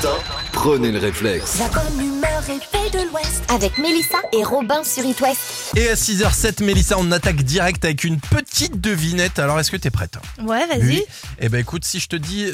matin, prenez le réflexe. La bonne humeur est faite de l'Ouest avec Mélissa et Robin sur It West. Et à 6h07, Mélissa, on attaque direct avec une petite devinette. Alors, est-ce que t'es prête ? Ouais, vas-y. Oui. Eh ben écoute, si je te dis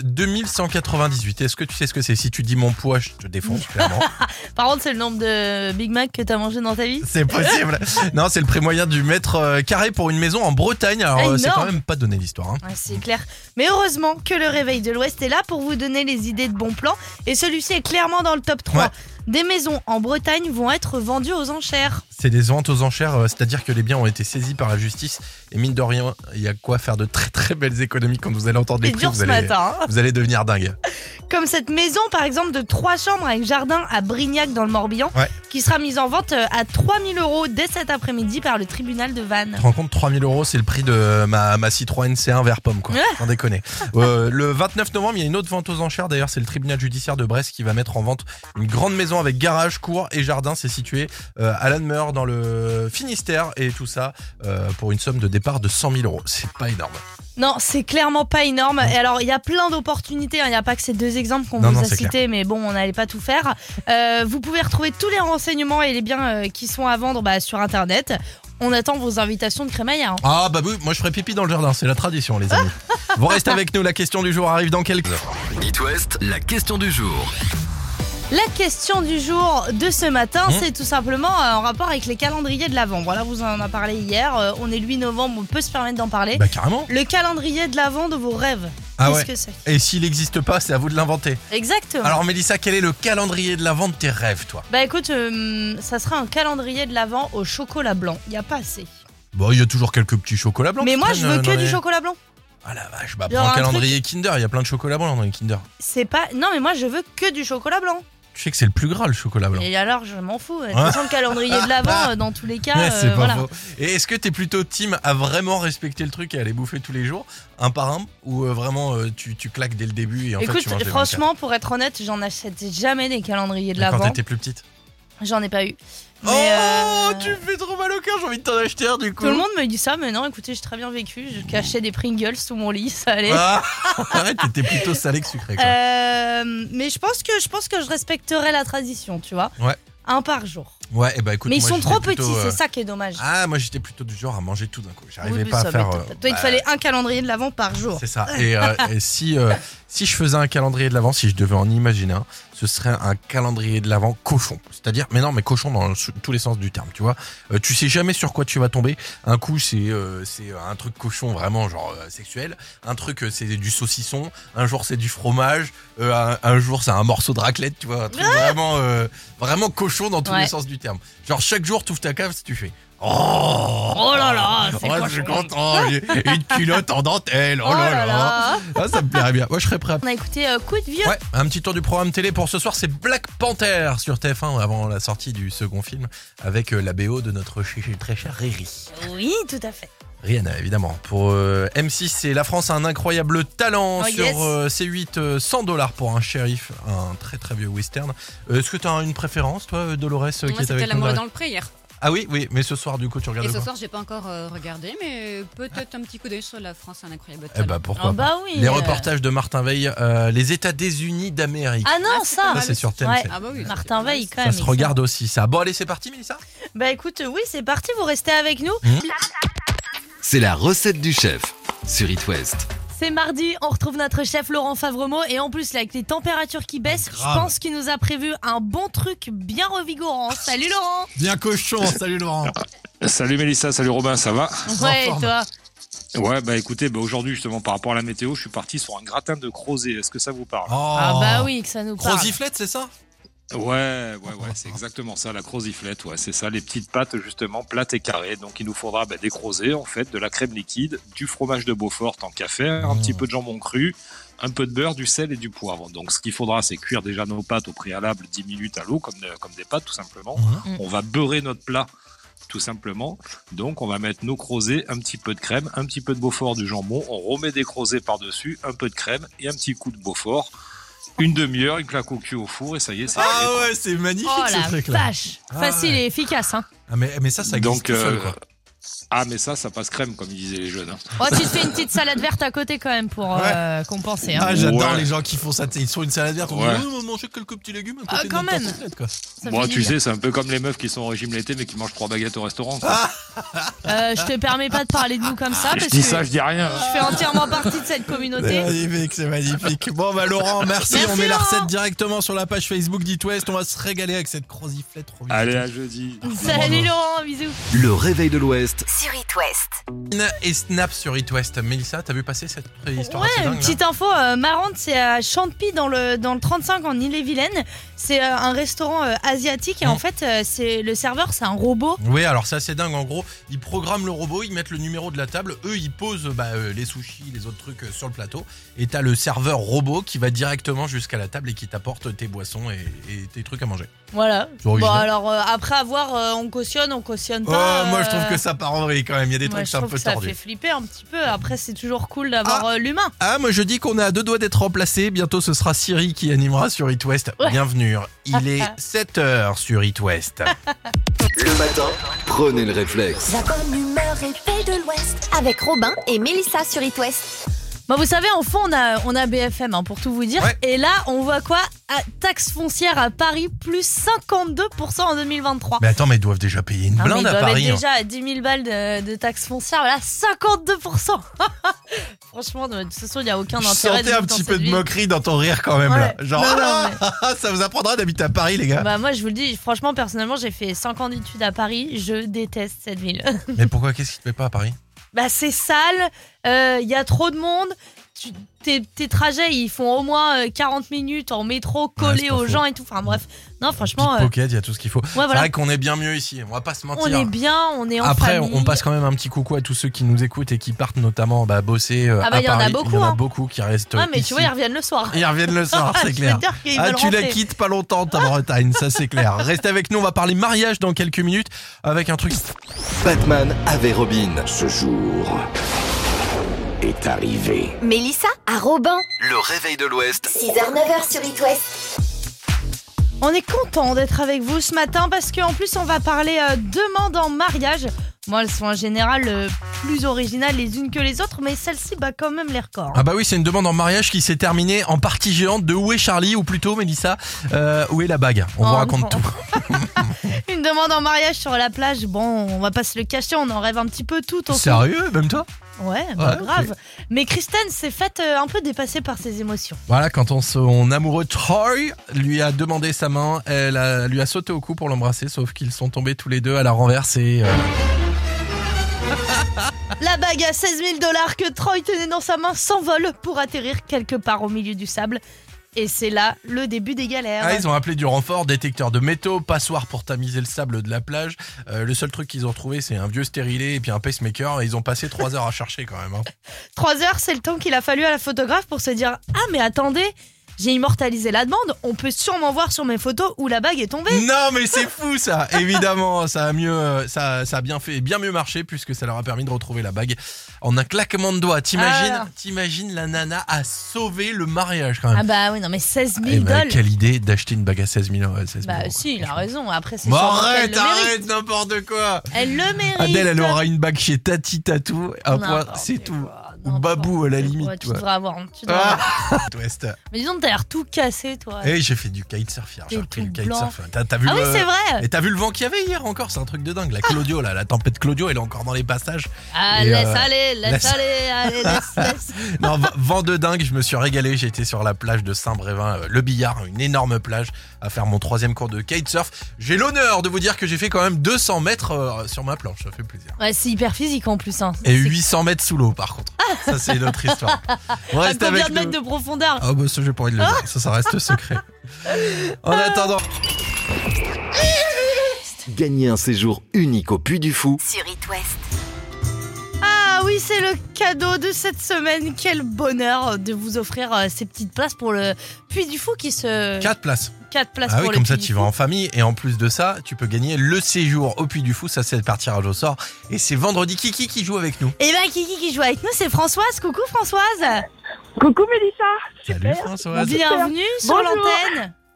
2198, est-ce que tu sais ce que c'est ? Si tu dis mon poids, je te défonce, clairement. Par contre, c'est le nombre de Big Mac que t'as mangé dans ta vie ? C'est possible. Non, c'est le prix moyen du mètre carré pour une maison en Bretagne. Alors, Énorme. c'est quand même pas donné l'histoire. Hein. Ouais, c'est clair. Mais heureusement que le réveil de l'Ouest est là pour vous donner les idées de bons plans. Et celui-ci est clairement dans le top 3. Ouais. Des maisons en Bretagne vont être vendues aux enchères. C'est des ventes aux enchères, c'est-à-dire que les biens ont été saisis par la justice. Et mine de rien, il y a quoi faire de très très belles économies quand vous allez entendre les C'est prix. dur ce matin. Hein. Vous allez devenir dingue. Comme cette maison, par exemple, de 3 chambres avec jardin à Brignac dans le Morbihan, Ouais. qui sera mise en vente à 3 000 € dès cet après-midi par le tribunal de Vannes. Tu te rends compte, 3 000 €, c'est le prix de ma Citroën C1 vert pomme, quoi. Ouais. Sans déconner. Le 29 novembre, il y a une autre vente aux enchères. D'ailleurs, c'est le tribunal judiciaire de Brest qui va mettre en vente une grande maison avec garage, cour et jardin. C'est situé à Lanmeur, dans le Finistère. Et tout ça pour une somme de départ de 100 000 €. C'est pas énorme. Non, c'est clairement pas énorme. Et alors, il y a plein d'opportunités. Il n'y a pas que ces 2 exemples qu'on Non, vous non, a c'est cités, mais bon, on n'allait pas tout faire. Vous pouvez retrouver tous les renseignements et les biens qui sont à vendre sur Internet. On attend vos invitations de crémaillère. Ah bah oui, moi je ferai pipi dans le jardin, c'est la tradition, les amis. Vous restez avec nous, la question du jour arrive dans quelques heures. It West, la question du jour. La question du jour de ce matin, c'est tout simplement en rapport avec les calendriers de l'Avent. Voilà, vous en avez parlé hier. On est le 8 novembre, on peut se permettre d'en parler. Bah carrément. Le calendrier de l'Avent de vos rêves. Ah Qu'est-ce ouais. que c'est ? Et s'il n'existe pas, c'est à vous de l'inventer. Exactement. Alors Mélissa, quel est le calendrier de l'Avent de tes rêves, toi ? Bah écoute, ça sera un calendrier de l'Avent au chocolat blanc. Il n'y a pas assez. Bon, il y a toujours quelques petits chocolats blancs. Mais qui moi, je traînent, veux que dans du les- chocolat blanc. Ah la vache, bah Il y aura prends un un calendrier Kinder, il y a plein de chocolat blanc dans les Kinder. C'est pas. Non, mais moi, je veux que du chocolat blanc. Tu sais que c'est le plus gras, le chocolat blanc. Et alors, je m'en fous. De toute façon, le calendrier de l'Avent, dans tous les cas, Ouais, c'est pas voilà. faux. Et est-ce que t'es plutôt team à vraiment respecter le truc et à aller bouffer tous les jours, un par un, ou vraiment tu claques dès le début et en fait Écoute, tu manges les franchement, pour être honnête, j'en achète jamais des calendriers de 24. Quand l'Avent. t'étais plus petite. J'en ai pas eu. Mais, Tu me fais trop mal au cœur, j'ai envie de t'en acheter un du coup. tout le monde me dit ça, mais non, écoutez, j'ai très bien vécu. Je cachais des Pringles sous mon lit, ça allait. Ah, arrête, t'étais plutôt salé que sucré quoi. Mais je pense que je respecterai la tradition, tu vois. Ouais. Un par jour. Ouais, et bah écoute, Mais ils moi, sont j'étais trop plutôt, petits, c'est ça qui est dommage. Ah, moi j'étais plutôt du genre à manger tout d'un coup. J'arrivais Oui, pas ça à faire. m'étonne pas. Toi, il te fallait un calendrier de l'Avent par jour. C'est ça. Et si je faisais un calendrier de l'Avent, si je devais en imaginer un, ce serait un calendrier de l'Avent cochon. C'est-à-dire, mais non, mais cochon dans tous les sens du terme, tu vois. Tu sais jamais sur quoi tu vas tomber. Un coup, c'est un truc cochon vraiment genre sexuel. Un truc, c'est du saucisson. Un jour, c'est du fromage. Un jour, c'est un morceau de raclette, tu vois. Un truc vraiment cochon dans tous Ouais. les sens du terme. Genre, chaque jour, tu ouvres ta cave si tu fais. Oh là là, c'est ouais, cochon. je suis content. Une culotte en dentelle. Oh là là. Ah, ça me plairait bien. Moi, je serais prêt. On a écouté Coup de vieux. Ouais, un petit tour du programme télé pour ce soir, c'est Black Panther sur TF1 avant la sortie du second film avec la BO de notre très cher Riri. Oui, tout à fait. Rihanna évidemment. Pour M6, c'est La France a un incroyable talent Oh, sur yes. C8, $100 pour un shérif, un très très vieux western. Est-ce que tu as une préférence toi, Dolores, qui Moi, est c'était avec nous L'amour dans est la- dans le pré hier. Ah oui, mais ce soir du coup tu regardes Et ce quoi soir, j'ai pas encore regardé, mais peut-être un petit coup d'œil sur La France, un incroyable Eh talent. bah pourquoi Ah pas. bah oui. Les reportages de Martin Veil, les États-Unis d'Amérique. Ah non, Ah, c'est pas ça. Ça c'est sur TMC. Ouais. Ah bah oui. Martin Veil, quand Ça même. se regarde aussi ça. Bon allez c'est parti Mélissa. Bah écoute, oui, c'est parti, vous restez avec nous. C'est la recette du chef sur It West. C'est mardi, on retrouve notre chef Laurent Favremont et en plus là, avec les températures qui baissent, je grave. pense qu'il nous a prévu un bon truc bien revigorant. Salut Laurent. Bien cochon, salut Laurent. Salut Mélissa, salut Robin, ça va? Ouais, forme. toi. Ouais, bah écoutez, aujourd'hui justement par rapport à la météo, je suis parti sur un gratin de crozet. Est-ce que ça vous parle? Ah bah oui, que ça nous parle. Croziflette, c'est ça? Ouais, c'est exactement ça, la croziflette, ouais, c'est ça, les petites pâtes justement plates et carrées. Donc il nous faudra des crozets, en fait, de la crème liquide, du fromage de Beaufort tant qu'à faire, un petit peu de jambon cru, un peu de beurre, du sel et du poivre. Donc ce qu'il faudra, c'est cuire déjà nos pâtes au préalable 10 minutes à l'eau, comme des pâtes tout simplement. On va beurrer notre plat tout simplement. Donc on va mettre nos crozets, un petit peu de crème, un petit peu de Beaufort, du jambon, on remet des crozets par-dessus, un peu de crème et un petit coup de Beaufort. Une demi-heure, une claque au cul au four et ça y est, c'est Ah prêt, quoi. ouais, c'est magnifique Oh ce la truc là. vache. Facile et efficace, hein. Ah mais ça existe Donc, tout seul quoi. Ah, mais ça passe crème, comme disaient les jeunes. Oh, tu te fais une petite salade verte à côté quand même pour compenser. Hein. Ah, j'adore Ouais. les gens qui font ça. Ils sont une salade verte. On Ouais. dit, on va manger quelques petits légumes à côté de quand notre même. tartiflette, quoi. Ça Bon, fait tu du sais, c'est un peu comme les meufs qui sont au régime l'été, mais qui mangent 3 baguettes au restaurant. Quoi. bien. Je te permets pas de parler de nous comme ça je parce dis que ça, je dis rien. je fais entièrement partie de cette C'est communauté. magnifique, c'est magnifique. Bon, bah Laurent, merci. Merci, On met la Laurent. recette directement sur la page Facebook d'It West. On va se régaler avec cette croziflette. trop bien. Allez, à jeudi. Salut Laurent, bisous. Le réveil de l'Ouest Sur It West. Et Snap sur It West. Mélissa, t'as vu passer cette histoire assez Ouais, dingue une là petite info marrante, c'est à Champy dans le 35 en Ille-et-Vilaine. C'est un restaurant asiatique et en fait, c'est le serveur, c'est un robot. Oui, alors ça c'est dingue. En gros, ils programment le robot, ils mettent le numéro de la table, eux ils posent les sushis, les autres trucs sur le plateau, et t'as le serveur robot qui va directement jusqu'à la table et qui t'apporte tes boissons et tes trucs à manger. Voilà. C'est Bon original. alors après avoir, on cautionne pas. Moi je trouve que ça part en vrille quand même. Il y a des moi, trucs je c'est un trouve peu que ça tordu. fait flipper un petit peu. Après, c'est toujours cool d'avoir l'humain. Ah, moi je dis qu'on est à 2 doigts d'être remplacé. Bientôt ce sera Siri qui animera sur It West. Ouais. Bienvenue. Il est 7h sur It West. Le matin, prenez le réflexe. La bonne humeur réveil de l'Ouest. Avec Robin et Mélissa sur It West. Bon, vous savez, en fond, on a BFM pour tout vous dire. Ouais. Et là, on voit quoi? Taxe foncière à Paris, plus 52% en 2023. Mais attends, mais ils doivent déjà payer une Non, mais blinde ils à doivent Paris. être hein. déjà à 10 000 balles de taxes foncières. Là, 52%. Franchement, de toute façon, il n'y a aucun Je intérêt sentais un vivre dans petit peu cette de ville. moquerie dans ton rire quand même là. Ouais. Genre, Non, ça vous apprendra d'habiter à Paris les gars. Bah, moi, je vous le dis, franchement, personnellement, j'ai fait 5 ans d'études à Paris. Je déteste cette ville. Mais pourquoi, qu'est-ce qui te plaît pas à Paris? Bah, c'est sale, il y a trop de monde. Tes trajets, ils font au moins 40 minutes en métro, Ouais, collés c'est pas aux faux. gens et tout. Enfin, bref. Non, franchement, Pickpocket, il y a tout ce qu'il faut. C'est voilà. vrai qu'on est bien mieux ici, on va pas se mentir. on est bien, on est en Après, famille. on passe quand même un petit coucou à tous ceux qui nous écoutent et qui partent notamment bosser Ah bah, à il y en a Paris. beaucoup, Il y en a hein. beaucoup qui restent Ouais, mais ici. tu vois, ils reviennent le soir. Ils reviennent le soir, c'est Je clair. veux dire qu'ils Ah, veulent tu la rentrer. quittes pas longtemps ta Bretagne, ça c'est clair. Restez avec nous, on va parler mariage dans quelques minutes avec un truc. Batman avait Robin. Ce jour est arrivé. Mélissa à Robin. Le réveil de l'Ouest 6h, 9h sur It West. On est content d'être avec vous ce matin parce qu'en plus, on va parler demande en mariage. Moi, elles sont en général plus originales les unes que les autres, mais celle-ci bat quand même les records. Ah bah oui, c'est une demande en mariage qui s'est terminée en partie géante de Où est Charlie, ou plutôt Mélissa, où est la bague? On vous Oh raconte non. tout. Une demande en mariage sur la plage, bon, on va pas se le cacher, on en rêve un petit peu tout au fond. Sérieux, même toi? Ouais, bah Ouais, grave. Mais Kristen s'est faite un peu dépasser par ses émotions. Voilà, quand son amoureux Troy lui a demandé sa main, lui a sauté au cou pour l'embrasser, sauf qu'ils sont tombés tous les deux à la renverse et... La bague à 16 000 $ que Troy tenait dans sa main s'envole pour atterrir quelque part au milieu du sable. Et c'est là le début des galères. Ah, ils ont appelé du renfort, détecteur de métaux, passoire pour tamiser le sable de la plage. Le seul truc qu'ils ont trouvé, c'est un vieux stérilet et puis un pacemaker. Et ils ont passé 3 heures à chercher quand même. Hein. 3 heures, c'est le temps qu'il a fallu à la photographe pour se dire « Ah mais attendez, j'ai immortalisé la demande, on peut sûrement voir sur mes photos où la bague est tombée. » Non mais c'est fou ça. Évidemment, ça a bien fait, bien mieux marché puisque ça leur a permis de retrouver la bague en un claquement de doigts. T'imagines, la nana a sauvé le mariage quand même. Ah bah oui, non mais 16 000 Eh ben, $. quelle idée d'acheter une bague à 16 000 €. Bah si, il a raison, après c'est Bon, sûrement qu'elle arrête, le mérite. arrête, n'importe quoi. Elle le mérite. Adèle, elle aura une bague chez Tati Tatou. Un point, N'importe c'est tout. quoi, Ou n'importe Babou à la quoi. limite, Ouais, tu tu devrais avoir. Tu devrais avoir. West. Mais disons, t'as l'air tout cassé, toi. Eh, j'ai fait du kitesurf hier. J'ai T'es repris le tout blanc. kitesurf. T'as vu Ah oui, c'est vrai. Et t'as vu le vent qu'il y avait hier encore? C'est un truc de dingue. La Claudio, là, la tempête Claudio, elle est encore dans les passages. Ah, Et, laisse aller, allez, laisse. Non, vent de dingue, je me suis régalé. J'ai été sur la plage de Saint-Brévin, le Billard, une énorme plage, à faire mon 3e cours de kitesurf. J'ai l'honneur de vous dire que j'ai fait quand même 200 mètres sur ma planche. Ça fait plaisir. Ouais, c'est hyper physique en plus. Hein. Et C'est- 800 mètres sous l'eau, par contre. Ça, c'est une autre histoire. On À reste combien avec de mètres nous. de profondeur? Ah bah ça j'ai pas envie de le dire, ça reste secret. En attendant, Gagnez un séjour unique au Puy du Fou Sur It West. Ah oui, c'est le cadeau de cette semaine. Quel bonheur de vous offrir ces petites places pour le Puy du Fou qui se... 4 places. 4 places Ah pour oui, le comme Puy ça du tu vas Fou. en famille et en plus de ça, tu peux gagner le séjour au Puy du Fou, ça c'est par tirage au sort et c'est vendredi. Qui joue avec nous? Et ben Kiki qui joue avec nous, c'est Françoise. Coucou Françoise. Coucou Mélissa. Salut Françoise. Bienvenue sur Bonjour. l'antenne.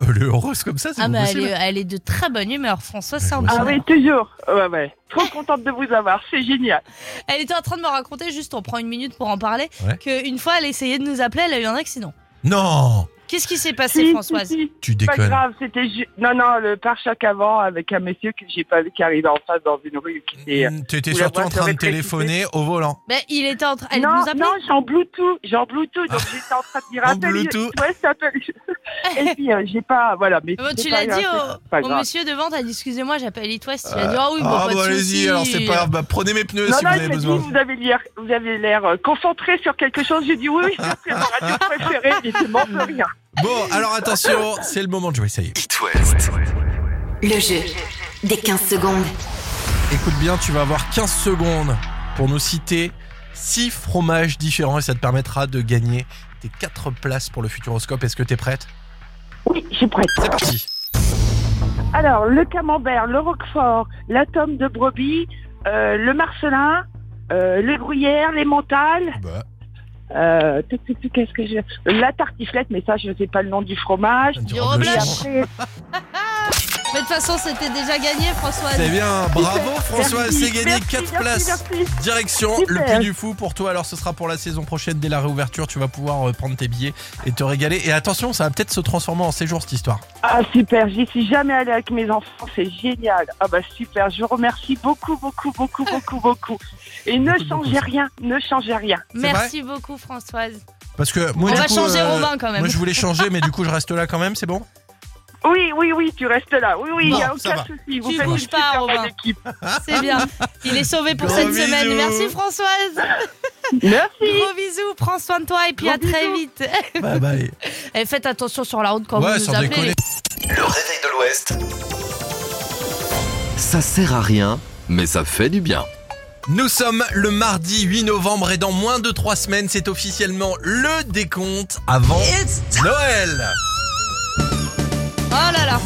Elle est heureuse comme ça, c'est Ah, pas mais possible. elle est de très bonne humeur, François, c'est Ouais, un je vois bon. ça. Ah oui, toujours. Ouais. Trop contente de vous avoir, c'est génial. Elle était en train de me raconter, juste on prend une minute pour en parler, Ouais. qu'une fois elle essayait de nous appeler, elle a eu un accident. Non, Qu'est-ce qui s'est passé, Françoise? Si. tu Pas déconnes. grave, c'était non, le pare-choc avant avec un monsieur que j'ai pas vu qui arrivait en face dans une rue qui était. T'étais où la surtout en voiture train de est précipitée. téléphoner au volant. Ben, il était en train. Elle non, nous appelait. non, j'ai en Bluetooth, donc j'étais en train de dire En appelle. Bluetooth. Ouais, ça appelle. Et puis j'ai pas, voilà, mais Bon, c'est tu pas l'as dit grave, c'est pas au grave. monsieur devant, t'as dit excusez-moi, j'appelle It West. Il a dit ah oui, Ah pas bah de allez-y, soucis. alors c'est pas grave, bah, prenez mes pneus Non, si non, vous il avez m'a besoin. dit, vous avez l'air concentré sur quelque chose. J'ai dit oui, c'est ma radio préférée, il ne m'en peut rien. Bon, alors attention, c'est le moment de jouer, ça y est. It West. Le jeu des 15 secondes. Écoute bien, tu vas avoir 15 secondes pour nous citer 6 fromages différents et ça te permettra de gagner tes 4 places pour le Futuroscope. Est-ce que t'es prête? Oui, je suis prête. C'est parti. Alors, le camembert, le roquefort, la tome de brebis, le marcelin, le gruyère, les mentales, Bah, qu'est-ce que j'ai? La tartiflette, mais ça, je ne sais pas le nom du fromage. du Du rhum de Et rebloche. champ. après, Mais de toute façon, c'était déjà gagné, Françoise. C'est bien, bravo François, merci, c'est gagné merci, 4 merci, places. merci. Direction Super. le Puy du Fou pour toi. Alors ce sera pour la saison prochaine dès la réouverture. Tu vas pouvoir prendre tes billets et te régaler. Et attention, ça va peut-être se transformer en séjour cette histoire. Ah, super, j'y suis jamais allée avec mes enfants, c'est génial. Ah bah super, je vous remercie beaucoup. Et ne changez rien, ne changez rien. Merci beaucoup, Françoise. Parce que moi On du va coup, changer Robin quand même. Moi je voulais changer, mais du coup je reste là quand même. C'est bon? Oui, tu restes là. Oui, il Bon, n'y a ça aucun va. souci. Vous Tu faites bouges une pas, super Robin. bonne équipe. C'est bien. Il est sauvé pour Gros cette bisous. semaine. Merci, Françoise. Merci. Gros bisous. Prends soin de toi et puis Gros à très bisous. vite. Bye bye. Et faites attention sur la route quand Ouais, vous sans nous appelez. déconner. Le réveil de l'Ouest. Ça sert à rien, mais ça fait du bien. Nous sommes le mardi 8 novembre et dans moins de 3 semaines, c'est officiellement le décompte avant Noël. Oh là là.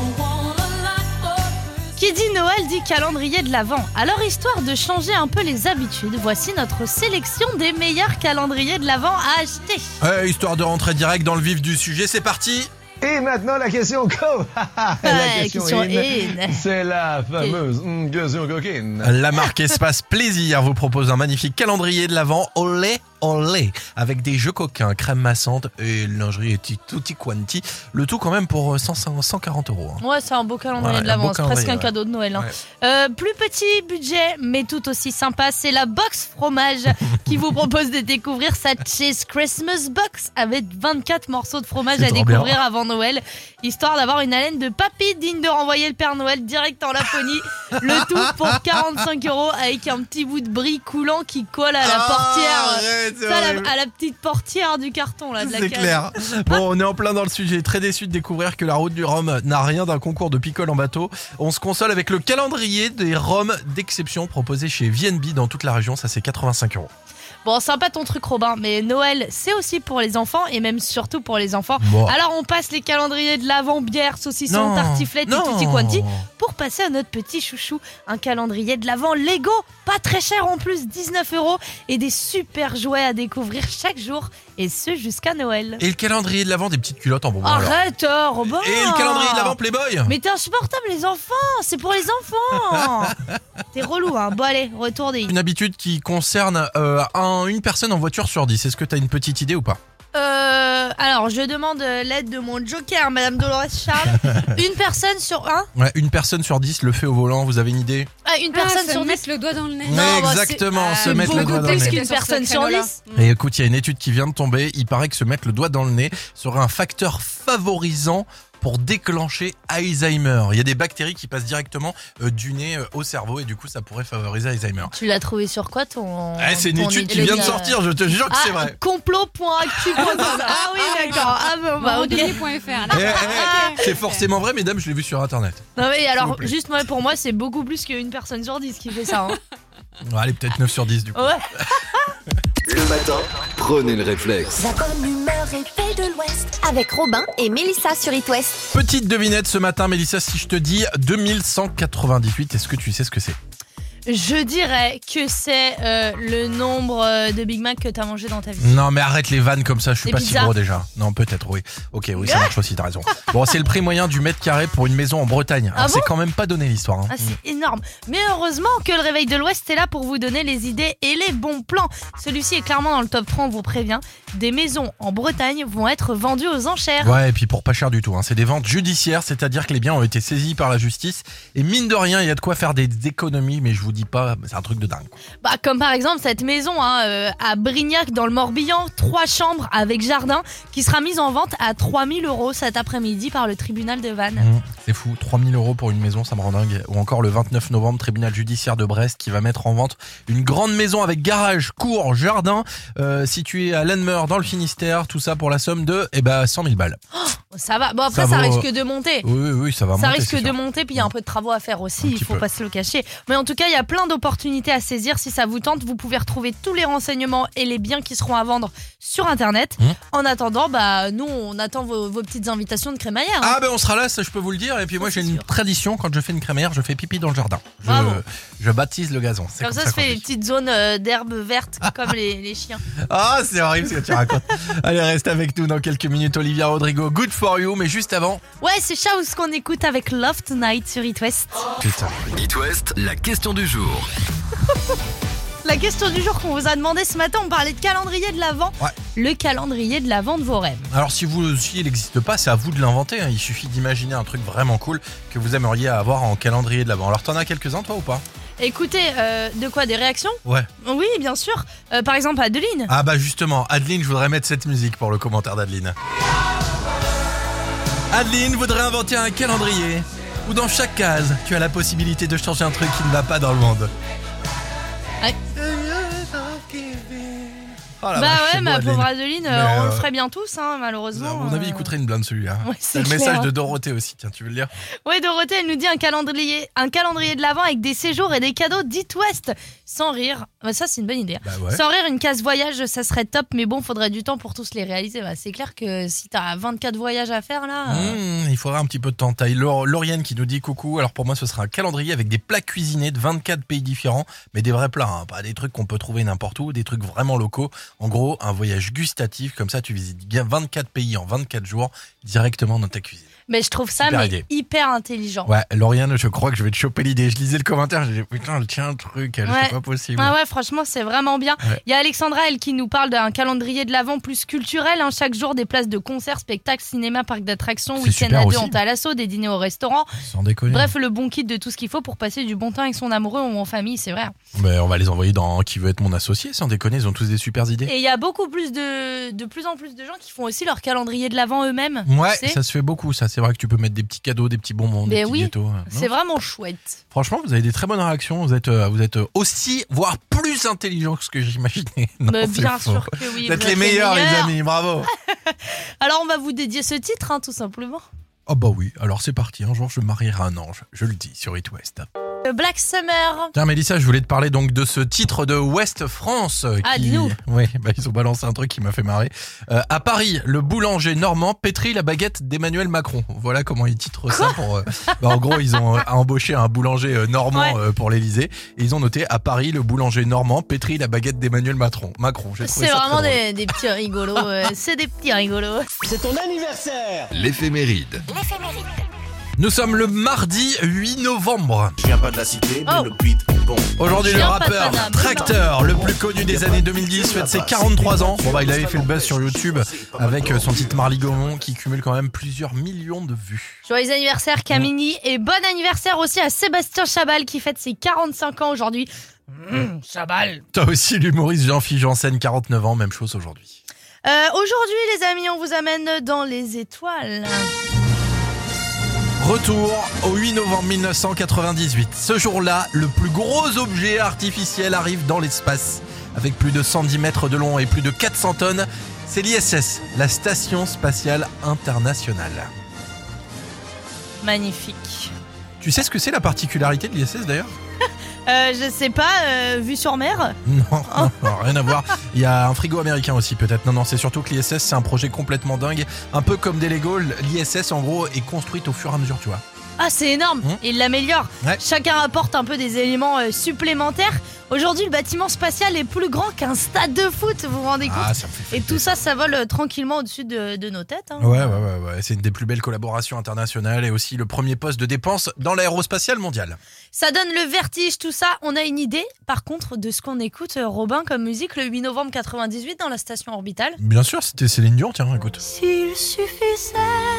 Qui dit Noël dit calendrier de l'Avent. Alors, histoire de changer un peu les habitudes, voici notre sélection des meilleurs calendriers de l'Avent à acheter. Histoire de rentrer direct dans le vif du sujet, c'est parti. Et maintenant, la question co. Ouais, question in. C'est la fameuse question coquine. La marque Espace Plaisir vous propose un magnifique calendrier de l'Avent olé olé avec des jeux coquins, crème massante et lingerie et tutti quanti. Le tout quand même pour 140 €. Hein. Ouais, c'est un beau calendrier Ouais, de l'Avent, un beau c'est presque calendrier, un ouais. cadeau de Noël. Hein. Plus petit budget, mais tout aussi sympa, c'est la box fromage qui vous propose de découvrir sa Cheese Christmas Box avec 24 morceaux de fromage C'est à trop découvrir bien. avant Noël, histoire d'avoir une haleine de papy digne de renvoyer le Père Noël direct en Laponie. Le tout pour 45 € avec un petit bout de brie coulant qui colle à la portière. Arrête, c'est Ça, horrible. à la petite portière du carton là, de la C'est cage. clair. Bon, on est en plein dans le sujet. Très déçu de découvrir que la route du Rhum n'a rien d'un concours de picole en bateau. On se console avec le calendrier des rhums d'exception proposé chez VNB dans toute la région. Ça, c'est 85 €. Bon, sympa ton truc, Robin, mais Noël, c'est aussi pour les enfants et même surtout pour les enfants. Bon. Alors, on passe les calendriers de l'Avent, bière, saucisson, Non, tartiflette non. et tutti quanti pour passer à notre petit chouchou, un calendrier de l'Avent Lego, pas très cher en plus, 19 € et des super jouets à découvrir chaque jour et ce jusqu'à Noël. Et le calendrier de l'Avent des petites culottes en bonbons. alors. Arrête, Robin. Et le calendrier de l'Avent Playboy. Mais t'es insupportable, les enfants, c'est pour les enfants. T'es relou, hein. Bon, allez, retour des Une habitude qui concerne une personne en voiture sur 10. Est-ce que t'as une petite idée ou pas? Alors, je demande l'aide de mon joker, Madame Dolores Charles. Une personne sur un. Ouais, une personne sur 10 le fait au volant. Vous avez une idée? Une personne se sur 10. mettre le doigt dans le nez. Non, bah, Exactement, c'est- se mettre le beaucoup doigt dans le plus nez. qu'une personne sur 10. Et écoute, il y a une étude qui vient de tomber. Il paraît que se mettre le doigt dans le nez serait un facteur favorisant pour déclencher Alzheimer. Il y a des bactéries qui passent directement du nez au cerveau et du coup ça pourrait favoriser Alzheimer. Tu l'as trouvé sur quoi ton. C'est une ton étude qui vient de sortir, je te jure que c'est vrai. Complot.actu. Ah oui, d'accord. Ah bon, bah ok. C'est forcément vrai, mesdames, je l'ai vu sur internet. Non mais S'il vous alors, plaît. juste moi, pour moi, c'est beaucoup plus qu'une personne sur 10 qui fait ça. Hein. Allez, peut-être 9 sur 10 du coup. Ouais. Le matin, prenez le réflexe. La bonne humeur et paix de l'Ouest avec Robin et Mélissa sur It West. Petite devinette ce matin, Mélissa, si je te dis 2198, est-ce que tu sais ce que c'est? Je dirais que c'est le nombre de Big Mac que t'as mangé dans ta vie. Non, mais arrête les vannes comme ça, je suis Des pas pizzas. si gros déjà. Non, peut-être, oui. Ok, oui, ça marche aussi, t'as raison. Bon, c'est le prix moyen du mètre carré pour une maison en Bretagne. Alors, Ah c'est bon quand même pas donné l'histoire. Hein. Ah, c'est énorme. Mais heureusement que le Réveil de l'Ouest est là pour vous donner les idées et les bons plans. Celui-ci est clairement dans le top 3, on vous prévient. Des maisons en Bretagne vont être vendues aux enchères. Ouais, et puis pour pas cher du tout. Hein. C'est des ventes judiciaires, c'est-à-dire que les biens ont été saisis par la justice. Et mine de rien, il y a de quoi faire des économies, mais je vous dis pas, c'est un truc de dingue. Bah, comme par exemple cette maison à Brignac dans le Morbihan, 3 chambres avec jardin, qui sera mise en vente à 3 000 € cet après-midi par le tribunal de Vannes. C'est fou, 3 000 € pour une maison, ça me rend dingue. Ou encore le 29 novembre, tribunal judiciaire de Brest qui va mettre en vente une grande maison avec garage, cour, jardin, située à Lannemeur dans le Finistère, tout ça pour la somme de 100 000 balles. Ça va. Bon, après, Ça ça vaut- risque de monter. Oui, ça va monter. Ça risque c'est de sûr. monter, puis il y a un peu de travaux à faire Un aussi, il petit faut peu. pas se le cacher. Mais en tout cas, il y a plein d'opportunités à saisir. Si ça vous tente, vous pouvez retrouver tous les renseignements et les biens qui seront à vendre sur Internet. En attendant, bah nous, on attend vos petites invitations de crémaillère. hein. Ah ben on sera là, ça je peux vous le dire. Et puis moi Ça, j'ai c'est une sûr. tradition, quand je fais une crémaillère, je fais pipi dans le jardin. Bravo. Je baptise le gazon. C'est Comme ça, qu'on se fait les dit. petites zones d'herbe verte comme les chiens. Ah c'est horrible ce que tu racontes. Allez, reste avec nous dans quelques minutes, Olivia Rodrigo, Good For You. Mais juste avant... Ouais, c'est Shouse qu'on écoute avec Love Tonight sur It West. Putain. It West, la question du jour. La question du jour qu'on vous a demandé ce matin, on parlait de calendrier de l'Avent. Ouais. Le calendrier de l'Avent de vos rêves. Alors si il n'existe pas, c'est à vous de l'inventer. Hein. Il suffit d'imaginer un truc vraiment cool que vous aimeriez avoir en calendrier de l'avant. Alors t'en as quelques-uns toi ou pas? Écoutez, de quoi, des réactions? Ouais. Oui, bien sûr. Par exemple, Adeline. Ah bah justement, Adeline, je voudrais mettre cette musique pour le commentaire d'Adeline. Adeline voudrait inventer un calendrier où dans chaque case, tu as la possibilité de changer un truc qui ne va pas dans le monde. Ouais. Oh la Bah vache, ouais, c'est ma beau, pauvre Adeline. Adeline, Mais, on le ferait bien tous, hein, malheureusement. À mon avis, il coûterait une blinde celui-là. Ouais, C'est c'est le message clair. de Dorothée aussi, tiens, tu veux le lire? Ouais, Dorothée, elle nous dit un calendrier de l'Avent avec des séjours et des cadeaux d'It West. Sans rire, bah, ça c'est une bonne idée. Bah ouais. Sans rire, une case voyage, ça serait top, mais bon, faudrait du temps pour tous les réaliser. Bah, c'est clair que si t'as 24 voyages à faire là. Il faudra un petit peu de temps. T'as Lauriane qui nous dit coucou. Alors pour moi, ce sera un calendrier avec des plats cuisinés de 24 pays différents, mais des vrais plats, hein, pas des trucs qu'on peut trouver n'importe où, des trucs vraiment locaux. En gros, un voyage gustatif, comme ça tu visites bien 24 pays en 24 jours directement dans ta cuisine. Mais je trouve ça Super mais idée. hyper intelligent. Ouais, Lauriane, je crois que je vais te choper l'idée. Je lisais le commentaire, j'ai dit putain, elle tient un truc, elle, Ouais. c'est pas possible. Ah ouais, franchement, c'est vraiment bien. Ouais. Il y a Alexandra, elle, qui nous parle d'un calendrier de l'Avent plus culturel. Hein, chaque jour, des places de concerts, spectacles, cinéma, parcs d'attractions, C'est week-end super à deux aussi. en thalasso, des dîners au restaurant. Sans déconner. Bref, le bon kit de tout ce qu'il faut pour passer du bon temps avec son amoureux ou en famille, c'est vrai. Mais on va les envoyer dans Qui veut être mon associé, sans déconner, ils ont tous des super idées. Et il y a beaucoup plus de plus en plus de gens qui font aussi leur calendrier de l'Avent eux-mêmes. Ouais, tu sais. ça se fait beaucoup, ça. C'est vrai que tu peux mettre des petits cadeaux, des petits bonbons, des Mais petits oui, gâteaux. Non, c'est vraiment chouette. Franchement, vous avez des très bonnes réactions. Vous êtes aussi, voire plus intelligents que ce que j'imaginais. Non, Mais c'est bien faux. sûr que oui. Vous êtes les meilleurs, les amis. Bravo. Alors, on va vous dédier ce titre, hein, tout simplement. Oh bah oui. Alors c'est parti. Un jour, je marierai un ange. Je le dis sur It West. Black Summer. Tiens, Mélissa, je voulais te parler donc de ce titre de Ouest France. Ah, dis-nous. Oui, bah, ils ont balancé un truc qui m'a fait marrer. À Paris, le boulanger normand pétrit la baguette d'Emmanuel Macron. Voilà comment ils titrent ça. Pour, en gros, ils ont embauché un boulanger normand pour l'Elysée. Et ils ont noté à Paris, le boulanger normand pétrit la baguette d'Emmanuel Macron. J'ai trouvé C'est ça vraiment très drôle. des petits rigolos. C'est des petits rigolos. C'est ton anniversaire. L'éphéméride. Nous sommes le mardi 8 novembre. Je viens pas de la cité, mais Oh. le beat est bon. Aujourd'hui, Je le viens pas de rappeur Paname. Tracteur, le plus connu des années 2010, fête ses 43 ans. Bon bah, il avait fait le buzz sur YouTube avec son titre Marly Gaumont qui cumule quand même plusieurs millions de vues. Joyeux anniversaire Camini et bon anniversaire aussi à Sébastien Chabal qui fête ses 45 ans aujourd'hui. Chabal. T'as aussi l'humoriste Jean-Philippe Janssen, 49 ans, même chose aujourd'hui. Aujourd'hui les amis, on vous amène dans les étoiles. Retour au 8 novembre 1998. Ce jour-là, le plus gros objet artificiel arrive dans l'espace. Avec plus de 110 mètres de long et plus de 400 tonnes, c'est l'ISS, la Station Spatiale Internationale. Magnifique. Tu sais ce que c'est la particularité de l'ISS d'ailleurs ? Je sais pas, vue sur mer. Non, rien à voir. Il y a un frigo américain aussi peut-être. Non, c'est surtout que l'ISS c'est un projet complètement dingue. Un peu comme des Lego, l'ISS en gros est construite au fur et à mesure, tu vois. Ah, c'est énorme. Il l'améliore. Ouais. Chacun apporte un peu des éléments supplémentaires. Aujourd'hui, le bâtiment spatial est plus grand qu'un stade de foot, vous vous rendez compte? Ah, ça me fait Et flipper, tout ça vole tranquillement au-dessus de nos têtes. Hein. Ouais. C'est une des plus belles collaborations internationales et aussi le premier poste de dépense dans l'aérospatiale mondiale. Ça donne le vertige, tout ça. On a une idée, par contre, de ce qu'on écoute, Robin, comme musique, le 8 novembre 98 dans la station orbitale. Bien sûr, c'était Céline Dion, tiens, écoute. S'il suffisait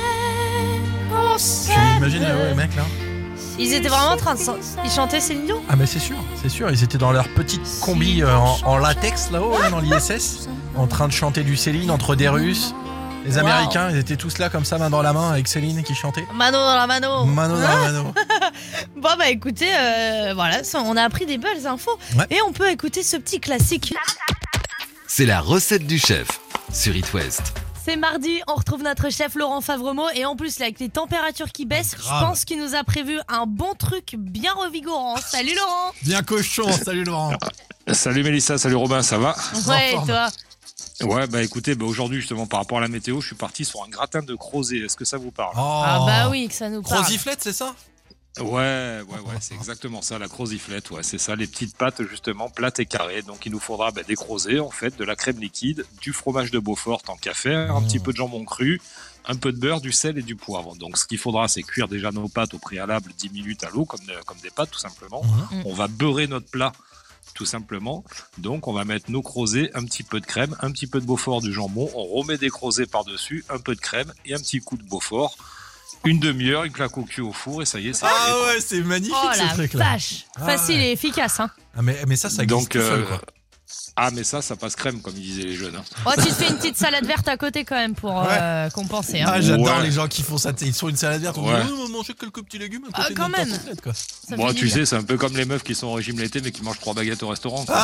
qu'on Tu imagines les mecs là? Ils étaient vraiment en train de... Ils chantaient Céline Dion. Ah, mais c'est sûr. Ils étaient dans leur petite combi en latex là-haut, là, dans l'ISS, en train de chanter du Céline entre des Russes. Les Américains, ils étaient tous là comme ça, main dans la main, avec Céline qui chantait. Mano dans la mano. Mano dans la mano. Bon bah écoutez, voilà, on a appris des belles infos. Ouais. Et on peut écouter ce petit classique. C'est la recette du chef sur It West. C'est mardi, on retrouve notre chef Laurent Favremo. Et en plus, là, avec les températures qui baissent, je grave. pense qu'il nous a prévu un bon truc bien revigorant. Salut Laurent. Bien cochon, salut Laurent. Salut Mélissa, salut Robin, ça va? Ouais, forme. toi. Ouais, bah écoutez, aujourd'hui justement par rapport à la météo, je suis parti sur un gratin de crozet. Est-ce que ça vous parle? Oh. Ah bah oui, que ça nous parle. Croziflette, c'est ça? Ouais, c'est exactement ça, la croziflette, ouais, c'est ça, les petites pâtes justement plates et carrées. Donc il nous faudra des crozets en fait, de la crème liquide, du fromage de Beaufort tant qu'à faire, un petit peu de jambon cru, un peu de beurre, du sel et du poivre. Donc ce qu'il faudra, c'est cuire déjà nos pâtes au préalable 10 minutes à l'eau comme des pâtes tout simplement. On va beurrer notre plat tout simplement. Donc on va mettre nos crozets, un petit peu de crème, un petit peu de Beaufort, du jambon, on remet des crozets par-dessus, un peu de crème et un petit coup de Beaufort. Une demi-heure, une claque au cul au four et ça y est, c'est Ah réglé, quoi. ouais, c'est magnifique Oh ce la truc-là. vache. Facile et efficace, hein. Ah, mais ça existe Donc, tout seul, quoi. ah mais ça passe crème comme ils disaient les jeunes. Hein. Oh, tu te fais une petite salade verte à côté quand même pour compenser. Hein. Ah, j'adore Ouais. les gens qui font ça. Ils sont une salade verte. On Ouais. dit, on va manger quelques petits légumes à côté Ah, de quand notre même. tartiflette, quoi. Ça Bon, fait tu du bien. sais, c'est un peu comme les meufs qui sont au régime l'été mais qui mangent 3 baguettes au restaurant. quoi.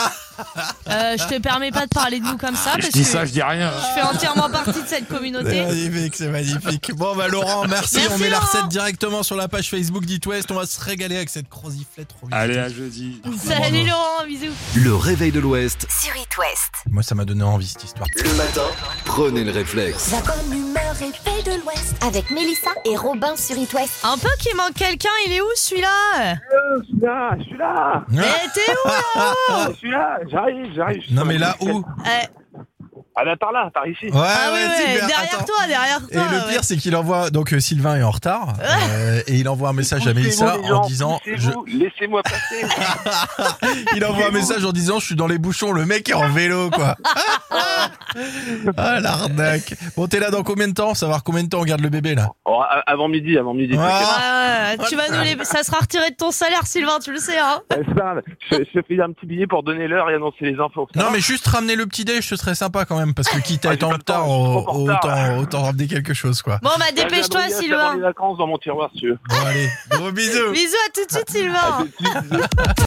Je te permets pas de parler de nous comme ça je parce dis que ça, je dis rien. je fais entièrement partie de cette C'est communauté. magnifique, c'est magnifique. Bon, bah Laurent, merci. Merci, On met la Laurent. recette directement sur la page Facebook d'It West. On va se régaler avec cette croziflette. Allez, à jeudi. Salut Laurent, bisous. Le réveil de l'Ouest, Sur It West. Moi, ça m'a donné envie cette histoire. Le matin, prenez le réflexe. La bonne humeur et paix de l'Ouest. Avec Mélissa et Robin sur It West. Un peu qu'il manque quelqu'un, il est où celui-là? Je suis là. Mais t'es où là? Je suis là. J'arrive. Non, mais là où? Ah, bah, par là, par ici. Ouais, Ah oui, vas-y, ouais, mais derrière attends. toi, derrière Et toi. le pire, ouais. c'est qu'il envoie. Donc, Sylvain est en retard. Et il envoie un message à Mélissa en disant. Laissez-moi passer. Il envoie un message en disant je suis dans les bouchons, le mec est en vélo quoi. Ah l'arnaque. Bon t'es là dans combien de temps? Savoir combien de temps on garde le bébé là? Oh, avant midi. Ah. Ouais, tu vas ça sera retiré de ton salaire, Sylvain, tu le sais, hein. C'est pas grave. Je fais un petit billet pour donner l'heure et annoncer les infos. Non mais juste ramener le petit déj, ce serait sympa quand même parce que quitte à Ah, être j'ai en pas le temps, retard, je suis trop en retard, autant ramener quelque chose quoi. Bon, bah, dépêche-toi, Avant Sylvain. les vacances dans mon tiroir, si tu veux. Bon allez, gros bisous. Bisous, à tout de suite, Sylvain.